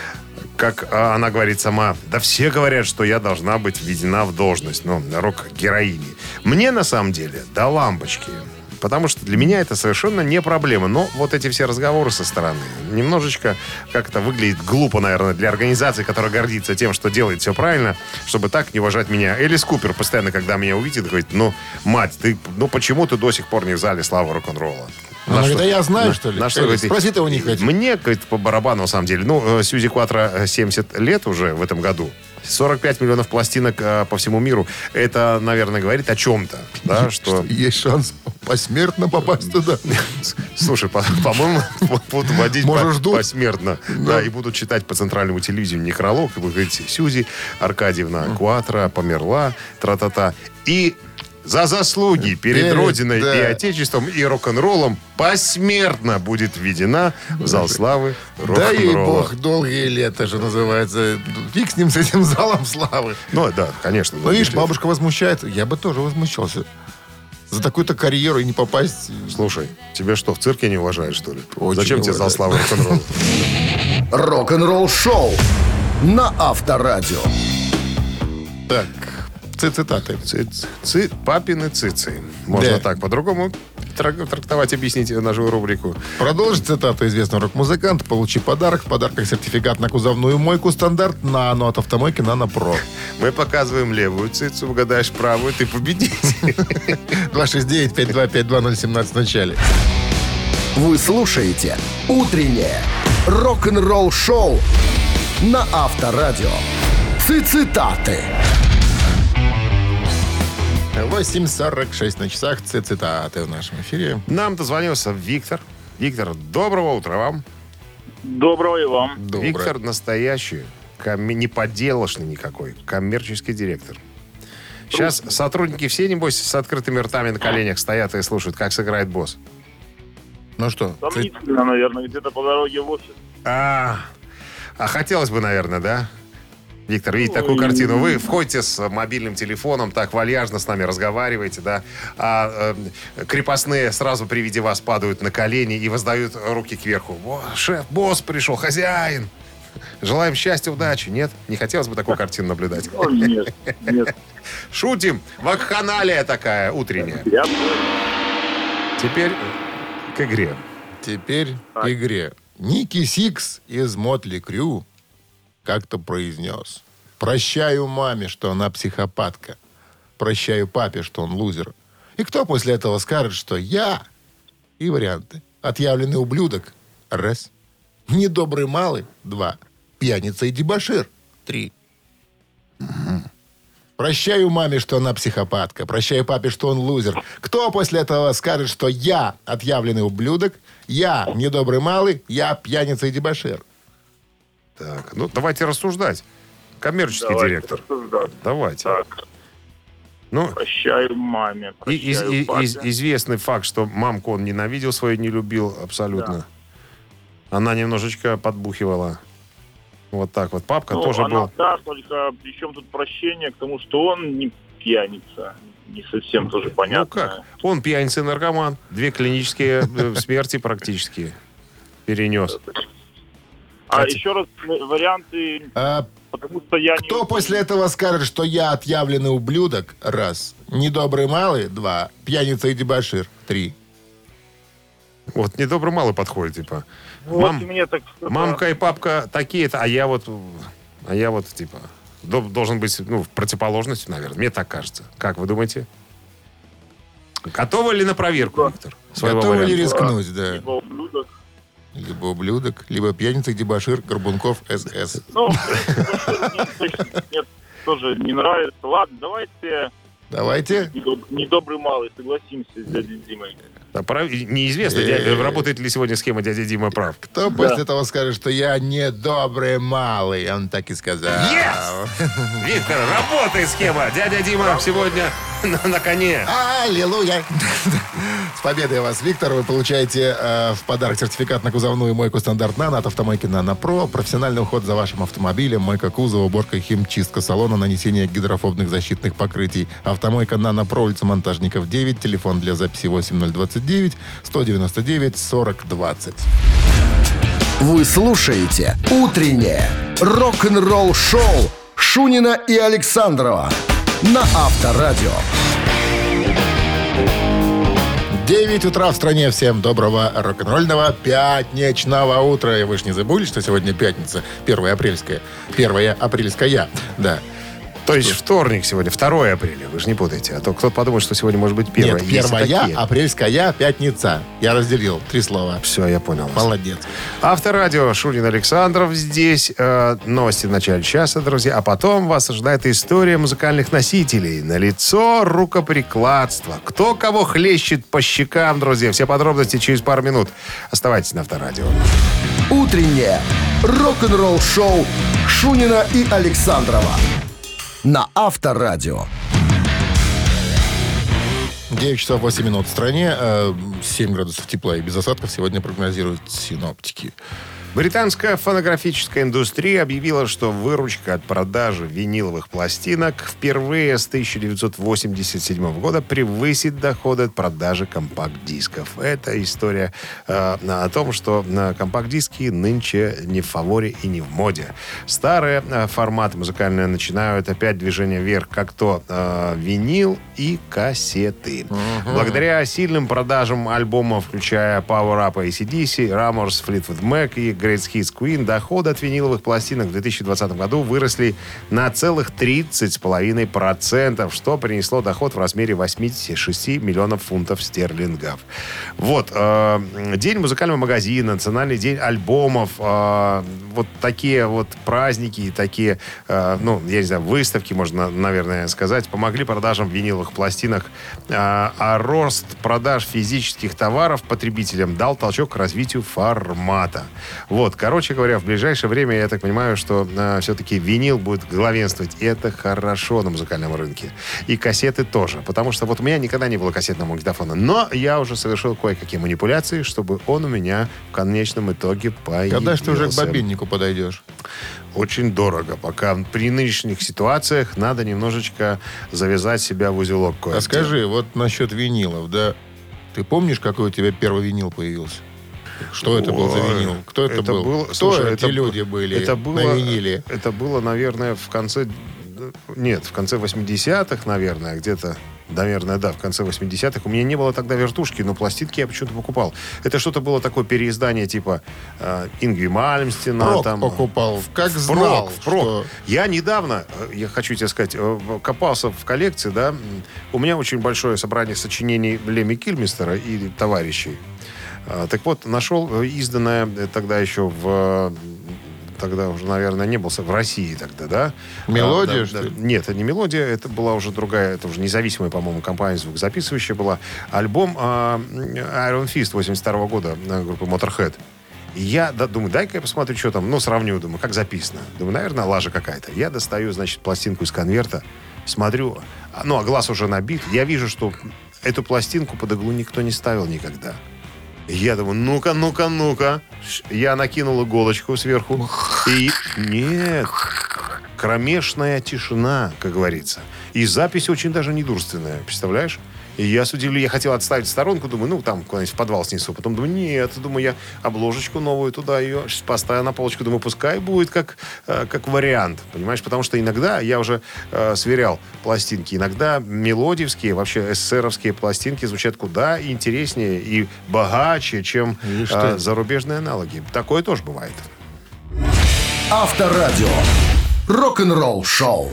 Как а, она говорит сама, да все говорят, что я должна быть введена в должность, ну, рок-героини. Мне, на самом деле, до лампочки. Потому что для меня это совершенно не проблема. Но вот эти все разговоры со стороны немножечко как это выглядит глупо, наверное, для организации, которая гордится тем, что делает все правильно, чтобы так не уважать меня. Элис Купер постоянно, когда меня увидит, говорит, ну, мать, ты, ну почему ты до сих пор не в зале славы рок-н-ролла? Она говорит, а я знаю, что ли? На что, говорит, спроси того не хотите. Мне, говорит, по барабану, на самом деле. Ну, Сьюзи Кватро семьдесят лет уже в этом году. сорок пять миллионов пластинок а, по всему миру. Это, наверное, говорит о чем-то. Да, что... Есть шанс посмертно попасть туда. Слушай, по- по-моему, будут водить Можешь по- посмертно. Да, и будут читать по центральному телевидению некролог. И будут говорить, Сьюзи Аркадьевна Кватро померла, тра-та-та. И за заслуги перед Перед, Родиной да. и Отечеством и рок-н-роллом посмертно будет введена в зал славы Да ей рок-н-ролла. бог, долгие лета же называется. Фиг с ним, с этим залом славы. Ну, да, конечно. Ну, видишь, бабушка возмущается. Я бы тоже возмущался. За такую-то карьеру и не попасть... Слушай, тебе что, в цирке не уважают, что ли? Очень Зачем тебе зал уважают. славы рок-н-ролла? Рок-н-ролл шоу на Авторадио. Так, цитаты. Циц- ци- Папины цицы. Можно Да. так по-другому трак- трактовать, объяснить нашу рубрику. Продолжи цитату известного рок-музыканта. Получи подарок. В подарках сертификат на кузовную мойку стандарт «Нано» от автомойки «Нано Про». Мы показываем левую цицу, угадаешь правую, ты победитель. два шесть девять пять два пять два ноль один семь в начале. Вы слушаете «Утреннее рок-н-ролл-шоу» на Авторадио. Цитаты. восемь сорок шесть на часах. Цитаты в нашем эфире. Нам дозвонился Виктор. Виктор, доброго утра вам. Доброго и вам. Доброе. Виктор настоящий, комме- не подделочный никакой, коммерческий директор. Сейчас сотрудники все, небось, с открытыми ртами на коленях стоят и слушают, как сыграет босс. Ну что? ци- Сомнительно, наверное, где-то по дороге в офис. А, а хотелось бы, наверное, да? Виктор, видите такую картину. Вы входите с мобильным телефоном, так вальяжно с нами разговариваете, да, а э, крепостные сразу при виде вас падают на колени и воздают руки кверху. О, шеф, босс пришел, хозяин. Желаем счастья, удачи. Нет? Не хотелось бы такую картину наблюдать? О, нет, нет. Шутим. Вакханалия такая утренняя. Я... Теперь к игре. Теперь к игре. Ники Сикс из Мотли Крю как-то произнес: «Прощаю маме, что она психопатка. Прощаю папе, что он лузер. И кто после этого скажет, что я?» И варианты. «Отъявленный ублюдок» — раз. «Недобрый малый» — два. «Пьяница и дебошир» — три. Прощаю маме, что она психопатка. Прощаю папе, что он лузер. Кто после этого скажет, что я отъявленный ублюдок, я недобрый малый, я пьяница и дебошир? Так, ну давайте рассуждать. Коммерческий Давайте директор. рассуждать. Давайте. Так, Ну, прощаю маме, и- из- прощаю и- папе. из- известный факт, что мамку он ненавидел свою, не любил абсолютно. Она немножечко подбухивала. Вот так вот. Папка Ну, тоже она, был. да, только при чем тут прощение к тому, что он не пьяница. Не совсем тоже понятно. Ну как? Он пьяница и наркоман. Две клинические э, смерти практически перенес. А Кстати. еще раз э, варианты, А потому что я кто не... после этого скажет, что я отъявленный ублюдок? Раз. Недобрый малый? Два. Пьяница и дебошир? Три. Вот недобро мало подходит, типа. Вот Мам- мне так что-то- Мамка и папка такие-то, а я вот, а я вот, типа, до- должен быть, ну, в противоположности, наверное. Мне так кажется. Как вы думаете? Готовы ли на проверку, Виктор? Своего Готовы ли варианта? рискнуть, да? Либо ублюдок. Либо ублюдок, либо пьяница и дебошир, Горбунков, СС. Ну, мне тоже не нравится. Ладно, давайте Давайте. Недоб- Недобрый малый, согласимся с дядей Димой. А прав- Неизвестно, Э. дядя- работает ли сегодня схема «Дядя Дима прав». Кто после того скажет, что я недобрый малый? Он так и сказал. Yes! Виктор, работает схема. Дядя Дима сегодня на, на коне. Аллилуйя! С победой вас, Виктор. Вы получаете э, в подарок сертификат на кузовную мойку «Стандарт Нано» от автомойки «Нано Про». Профессиональный уход за вашим автомобилем, мойка кузова, уборка и химчистка салона, нанесение гидрофобных защитных покрытий. Автомойка «Нано Про», улица Монтажников, девять. Телефон для записи восемь ноль двадцать девять сто девяносто девять сорок двадцать. Вы слушаете «Утреннее рок-н-ролл-шоу» Шунина и Александрова на Авторадио. девять утра в стране. Всем доброго рок-н-ролльного пятничного утра. И вы ж не забыли, что сегодня пятница, первая апрельская. первая апрельская, да. То есть вторник сегодня, второе апреля. Вы же не путаете. А то кто-то подумает, что сегодня может быть первое. Нет, первая апрельская пятница. Я разделил три слова. Все, я понял вас. Молодец. Авторадио, Шунин, Александров здесь. Э, новости в начале часа, друзья. А потом вас ожидает история музыкальных носителей. Налицо рукоприкладство. Кто кого хлещет по щекам, друзья. Все подробности через пару минут. Оставайтесь на Авторадио. Утреннее рок-н-ролл-шоу Шунина и Александрова на Авторадио. девять часов восемь минут в стране. э, семь градусов тепла и без осадков сегодня прогнозируют синоптики. Британская фонографическая индустрия объявила, что выручка от продажи виниловых пластинок впервые с тысяча девятьсот восемьдесят седьмого года превысит доходы от продажи компакт-дисков. Это история э, о том, что э, компакт-диски нынче не в фаворе и не в моде. Старые э, форматы музыкальные начинают опять движение вверх, как то э, винил и кассеты. Uh-huh. Благодаря сильным продажам альбомов, включая Power Up эй си ди си, Rumours, Fleetwood Mac и Greatest Hits Queen, доходы от виниловых пластинок в две тысячи двадцатом году выросли на целых тридцать целых пять десятых процента, что принесло доход в размере восемьдесят шесть миллионов фунтов стерлингов. Вот. Э, день музыкального магазина, национальный день альбомов, э, вот такие вот праздники, такие, э, ну, я не знаю, выставки, можно, наверное, сказать, помогли продажам виниловых пластинок, э, а рост продаж физических товаров потребителям дал толчок к развитию формата. Вот, короче говоря, в ближайшее время, я так понимаю, что э, все-таки винил будет главенствовать. И это хорошо на музыкальном рынке. И кассеты тоже. Потому что вот у меня никогда не было кассетного магнитофона. Но я уже совершил кое-какие манипуляции, чтобы он у меня в конечном итоге появился. Когда же ты уже к бобиннику подойдешь? Очень дорого. Пока при нынешних ситуациях надо немножечко завязать себя в узелок кое-где. А скажи, вот насчет винилов, да, ты помнишь, какой у тебя первый винил появился? Что это был за винил? Кто это, это был? был? Кто Слушай, эти это, люди были это было, на виниле? Это было, наверное, в конце... Нет, в конце восьмидесятых, наверное, где-то... Наверное, да, в конце восьмидесятых. У меня не было тогда вертушки, но пластинки я почему-то покупал. Это что-то было такое переиздание типа э, Ингви Мальмстена. Прок там, покупал. Как впрок, знал, впрок. что... Я недавно, я хочу тебе сказать, копался в коллекции, да. У меня очень большое собрание сочинений Лемми Килмистера и товарищей. Так вот, нашел изданное тогда еще в... Тогда уже, наверное, не был в России тогда, да? Мелодия, а, да, что ли? Да, нет, это не мелодия, это была уже другая, это уже независимая, по-моему, компания звукозаписывающая была. Альбом а, Iron Fist восемьдесят второго года группы Motorhead. И я да, думаю, дай-ка я посмотрю, что там, ну, сравню, думаю, как записано. Думаю, наверное, лажа какая-то. Я достаю, значит, пластинку из конверта, смотрю, ну, а глаз уже набит. Я вижу, что эту пластинку под иглу никто не ставил никогда. Я думаю, ну-ка, ну-ка, ну-ка. Я накинул иголочку сверху. И нет, кромешная тишина, как говорится. И запись очень даже недурственная, представляешь? И я с удивлением, я хотел отставить в сторонку, думаю, ну, там куда-нибудь в подвал снесу. Потом думаю, нет, думаю, я обложечку новую туда ее поставил на полочку. Думаю, пускай будет как, э, как вариант, понимаешь? Потому что иногда, я уже э, сверял пластинки, иногда мелодиевские, вообще эсэровские пластинки звучат куда интереснее и богаче, чем э, зарубежные аналоги. Такое тоже бывает. Авторадио. Рок-н-ролл шоу.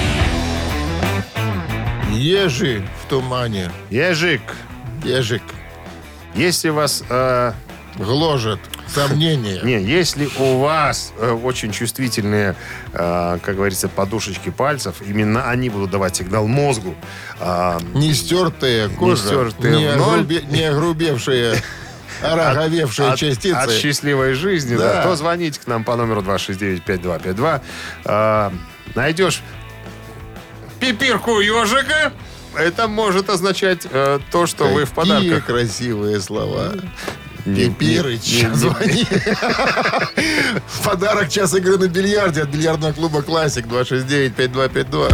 Ежи в тумане. Ежик, Ежик. если вас... Э, Гложет. Сомнения. Не, если у вас э, очень чувствительные, э, как говорится, подушечки пальцев, именно они будут давать сигнал мозгу. Э, Не стертые кожа, стертые не, в ноль. огрубе- не огрубевшие, ороговевшие от, частицы. от счастливой жизни, да. Да. то звоните к нам по номеру два шесть девять пять два пять два. Э, найдешь пипирку ежика, это может означать э, то, что вы в Какие подарках. красивые слова. Не- Пипирыч, не- не- звони. В подарок час игры на бильярде от бильярдного клуба «Классик» два шесть девять пять два пять два.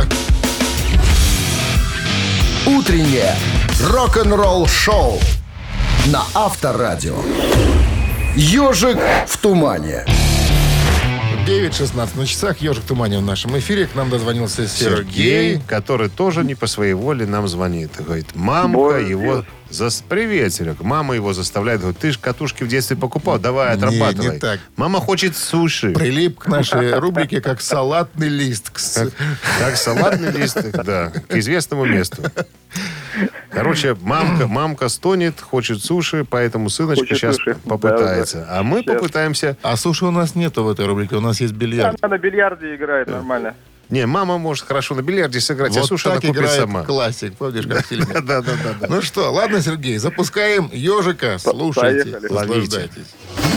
Утреннее рок-н-ролл-шоу на Авторадио. «Ежик в тумане». девять шестнадцать на часах. «Ежик в тумане» в нашем эфире. К нам дозвонился Сергей. Сергей, который тоже не по своей воле нам звонит. И говорит, мамка Боже. его... Зас... Привет, Серег. Мама его заставляет. Говорит, ты же катушки в детстве покупал, давай отрабатывай. Не, не так. Мама хочет суши. Прилип к нашей рубрике как салатный лист. К с- Как, как салатный лист, да, к известному месту. Короче, мамка, мамка стонет, хочет суши, поэтому сыночка Хочет сейчас суши. попытается. А мы Сейчас. попытаемся... А суши у нас нету в этой рубрике. У нас есть бильярд. Она на бильярде играет нормально. Не, мама может хорошо на бильярде сыграть, а Вот суши она так купит играет сама. классик. Помнишь, как в фильме? Да, да, да, да. Ну что, ладно, Сергей, запускаем ежика. Слушайте, Поехали. наслаждайтесь.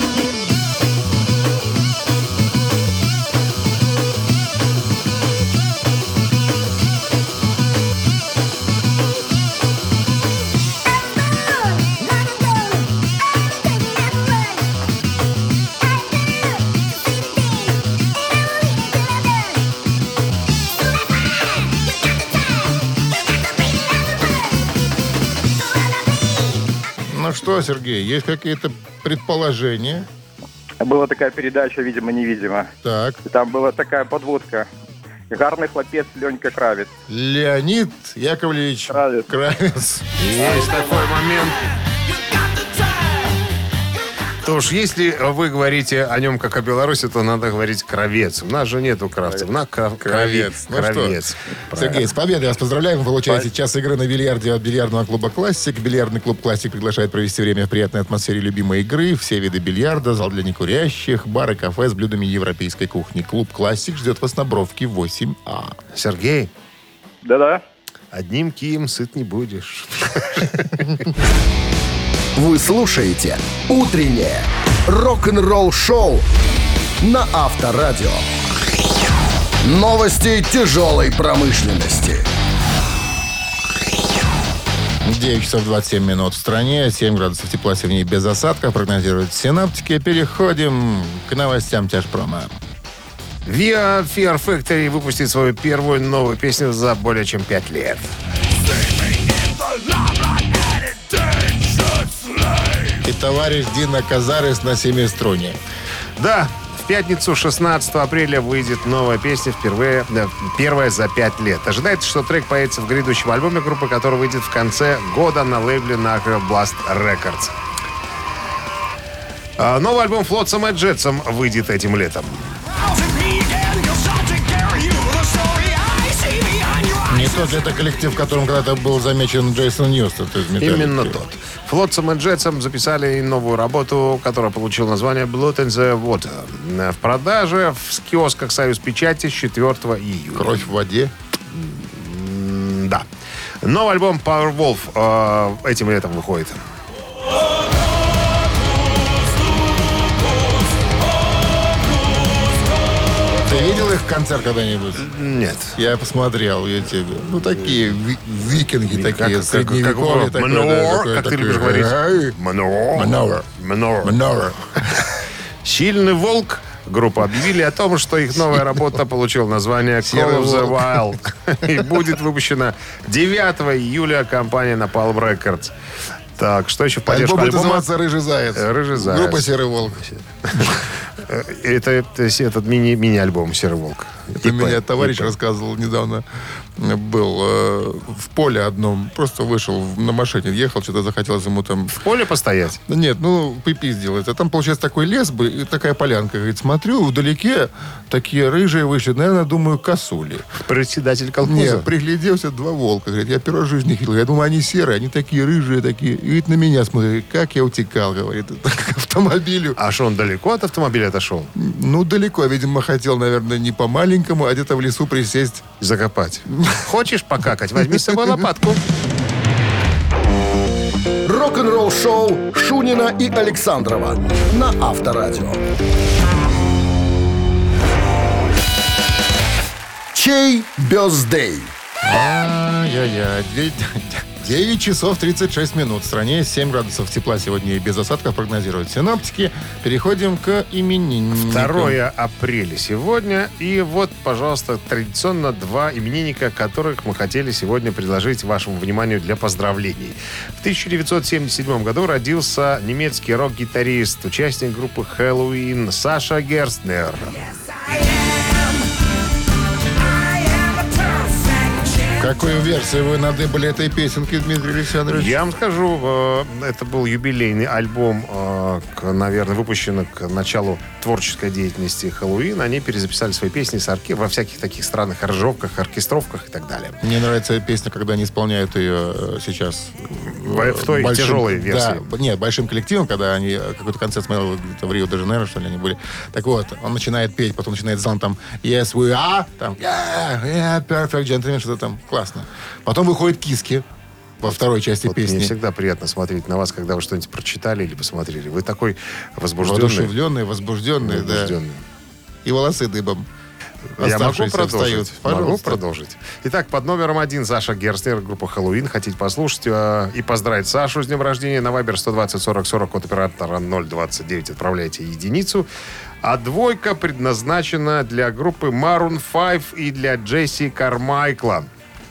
Ну что, Сергей, есть какие-то предположения? Была такая передача «Видимо-невидимо». Так, И там была такая подводка. Гарный хлопец Ленька Кравец. Леонид Яковлевич Кравец. Кравец. Есть такой момент. То уж если вы говорите о нем как о Беларуси, то надо говорить кровец. У нас же нету кравцев. У нас кров- Кровец. Ну что, Кровец. Сергей, с победой вас поздравляем. Вы получаете час игры на бильярде от бильярдного клуба «Классик». Бильярдный клуб «Классик» приглашает провести время в приятной атмосфере любимой игры. Все виды бильярда, зал для некурящих, бар и кафе с блюдами европейской кухни. Клуб «Классик» ждет вас на Бровке восемь А. Сергей, Да-да. одним кием сыт не будешь. Вы слушаете «Утреннее рок-н-ролл-шоу» на Авторадио. Новости тяжелой промышленности. девять часов двадцать семь минут в стране, семь градусов тепла сегодня без осадков, прогнозируют синаптики. Переходим к новостям тяжпрома. Via Fear Factory выпустит свою первую новую песню за более чем пять лет. И товарищ Дина Казарес на семиструне. Да, в пятницу шестнадцатого апреля выйдет новая песня, впервые, да, первая за пять лет. Ожидается, что трек появится в грядущем альбоме группы, который выйдет в конце года на лейбле Knuckle Blast Records. А новый альбом Flotsam and Jetsam выйдет этим летом. Не тот ли это коллектив, в котором когда-то был замечен Джейсон Ньюстон из Metallica? Именно тот. Flotsam and Jetsam записали новую работу, которая получила название Blood in the Water. В продаже в киосках «Союз Печати» с четвёртого июля. Кровь в воде. М, Да. Новый альбом Powerwolf э, этим летом выходит. Ты видел их концерт когда-нибудь? Нет. Я посмотрел в Ютубе. Ну, такие ви- викинги такие, Как- как- средневековье как- такое. Manowar, да, такое- как ты такое. любишь говорить. Ай, Manowar. Manowar. Manowar. Manowar. Сильный волк. Группа объявили о том, что их новая работа получила название Call Серый of the волк. Wild и будет выпущена девятого июля компания Napalm Records. Так, что еще в поддержку Альбом будет альбома? называться «Рыжий заяц». Рыжий заяц. Группа «Серый волк». Э, Это, это этот мини, мини-альбом «Серый волк». Это И П, меня товарищ и П. рассказывал недавно. Был э, в поле одном. Просто вышел в- на машине, ехал, что-то захотелось ему там... В поле постоять? Да нет, ну, пипи сделать. А там, получается, такой лес, бы, и такая полянка. Говорит, смотрю, вдалеке такие рыжие вышли. Наверное, думаю, косули. Председатель колхоза? Нет, пригляделся, два волка. Говорит, я первый раз в жизни их видел. Я думаю, они серые, они такие рыжие, такие. И говорит, на меня смотрит, как я утекал, говорит, к автомобилю. А что, он далеко от автомобиля отошел? Ну, далеко, видимо, хотел, наверное, не по-маленькому, а где-то в лесу присесть. Закопать. Хочешь покакать? Возьми с собой лопатку. Рок-н-ролл шоу Шунина и Александрова на Авторадио. Чей бездей? Ай-яй-яй. девять часов тридцать шесть минут. В стране семь градусов тепла сегодня и без осадков прогнозируют синоптики. Переходим к именинникам. второе апреля сегодня. И вот, пожалуйста, традиционно два именинника, которых мы хотели сегодня предложить вашему вниманию для поздравлений. В тысяча девятьсот семьдесят седьмом году родился немецкий рок-гитарист, участник группы Хэллоуин Саша Герстнер. Какую версию вы надыбали этой песенки, Дмитрий Александрович? Я вам скажу, э, это был юбилейный альбом, э, к, наверное, выпущенный к началу творческой деятельности Хэллоуин. Они перезаписали свои песни с орке- во всяких таких странных аранжировках, оркестровках и так далее. Мне нравится песня, когда они исполняют ее э, сейчас. В, в той тяжелой версии. Да, нет, большим коллективом, когда они э, какой-то концерт смотрел где-то в Рио-де-Жанейро, что ли, они были. Так вот, он начинает петь, потом начинает зал там Yes, we are, там Yeah, yeah, perfect gentleman, что-то там. Классно. Потом выходит Киски во второй части Вот песни. мне всегда приятно смотреть на вас, когда вы что-нибудь прочитали или посмотрели. Вы такой возбужденный. Воодушевленный, возбужденный, да. возбужденный. И волосы дыбом. Я могу Оставшиеся продолжить? встают. Могу Пожалуйста. продолжить. Итак, под номером один Саша Герстнер, группа Хэллоуин. Хотите послушать э, и поздравить Сашу с днем рождения? На Вайбер сто двадцать сорок сорок, код оператора ноль двадцать девять. Отправляйте единицу. А двойка предназначена для группы Maroon пять и для Джесси Кармайкла.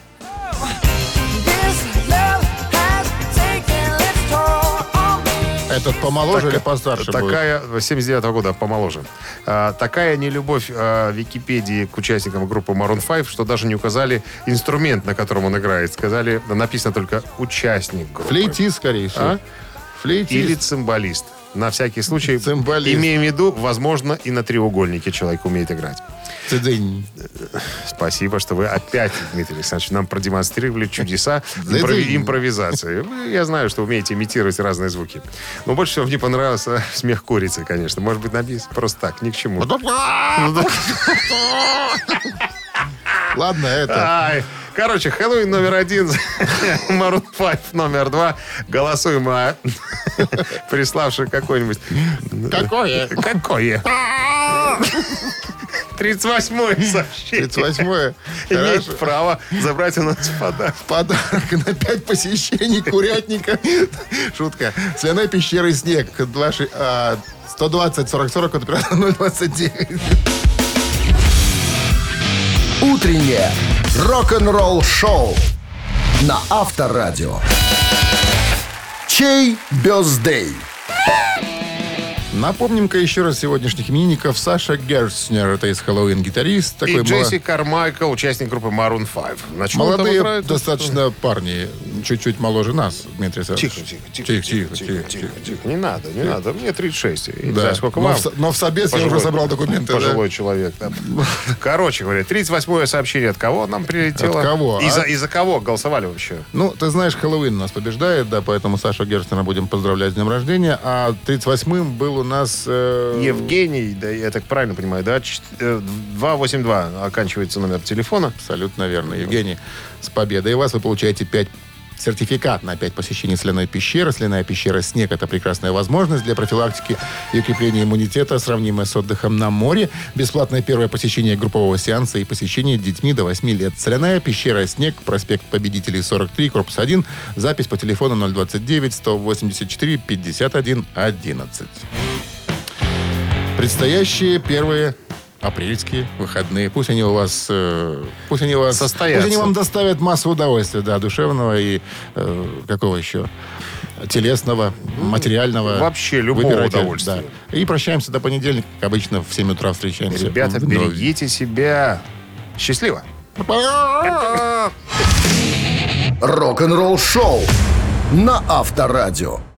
Этот помоложе Так- или постарше будет? Такая, семьдесят девятого года, помоложе. А, такая нелюбовь а, Википедии к участникам группы Maroon пять, что даже не указали инструмент, на котором он играет. Сказали, написано только участник группы. Флейтист, скорее всего. А? Флейтист. Или цимбалист. На всякий случай, Цимбалист. имеем в виду, возможно, и на треугольнике человек умеет играть. Цидынь. Спасибо, что вы опять, Дмитрий Александрович, нам продемонстрировали чудеса Цидынь. импрови- импровизации. Вы, Я знаю, что умеете имитировать разные звуки. Но больше всего мне понравился смех курицы, конечно. Может быть, на бис? Просто так, ни к чему. Ладно, это... Ай. Короче, Хэллоуин номер один, Maroon пять номер два. Голосуем, а приславший какой-нибудь... Какое? Какое? тридцать восьмое сообщение. тридцать восьмое. Имеет Хорошо. право забрать у нас подарок. Подарок на пять посещений курятника. Шутка. Соляной пещеры «Снег». Два ши- а, сто двадцать сорок сорок, код оператора ноль двадцать девять. Утреннее рок-н-ролл шоу на Авторадио. Чей бездей? Напомним-ка еще раз сегодняшних именинников. Саша Герстнер, это из Хэллоуин гитарист. И Такой Джесси мало- Кармайкл, участник группы Maroon пять. На чем он там молодые играет? достаточно парни. Чуть-чуть моложе нас, Дмитрий Александрович. Тихо, тихо, тихо, Тихо, тихо, тихо, тихо. Не надо, не надо. Мне тридцать шесть. Я не Да. знаю, сколько но, вам. в, со- но в собес я Пожилой- уже собрал документы. да. Пожилой человек. да. Короче говоря, тридцать восьмое сообщение от кого нам прилетело? От кого, И а? за, и за кого голосовали вообще? Ну, ты знаешь, Хэллоуин у нас побеждает, да, поэтому Сашу Герстнера будем поздравлять с днем рождения. А тридцать восьмым был у нас... э, Евгений, да, я так правильно понимаю, да? Ч- э, два восемь два оканчивается номер телефона. Абсолютно верно. Евгений, с победой вас. Вы получаете пять сертификат на пять посещений соляной пещеры. Соляная пещера «Снег» — это прекрасная возможность для профилактики и укрепления иммунитета, сравнимая с отдыхом на море. Бесплатное первое посещение группового сеанса и посещение детьми до восьми лет. Соляная пещера «Снег», проспект Победителей, сорок три, корпус один. Запись по телефону ноль двадцать девять сто восемьдесят четыре пятьдесят один одиннадцать. Предстоящие первые апрельские выходные. Пусть они у вас... э, пусть они у вас... Состоятся. Пусть они вам доставят массу удовольствия, да, душевного и... э, какого еще? телесного, материального. Вообще любого Выбирайте, удовольствия. да. И прощаемся до понедельника. Как обычно, в семь утра встречаемся. Ребята, Вновь. берегите себя. Счастливо. Рок-н-ролл шоу на Авторадио.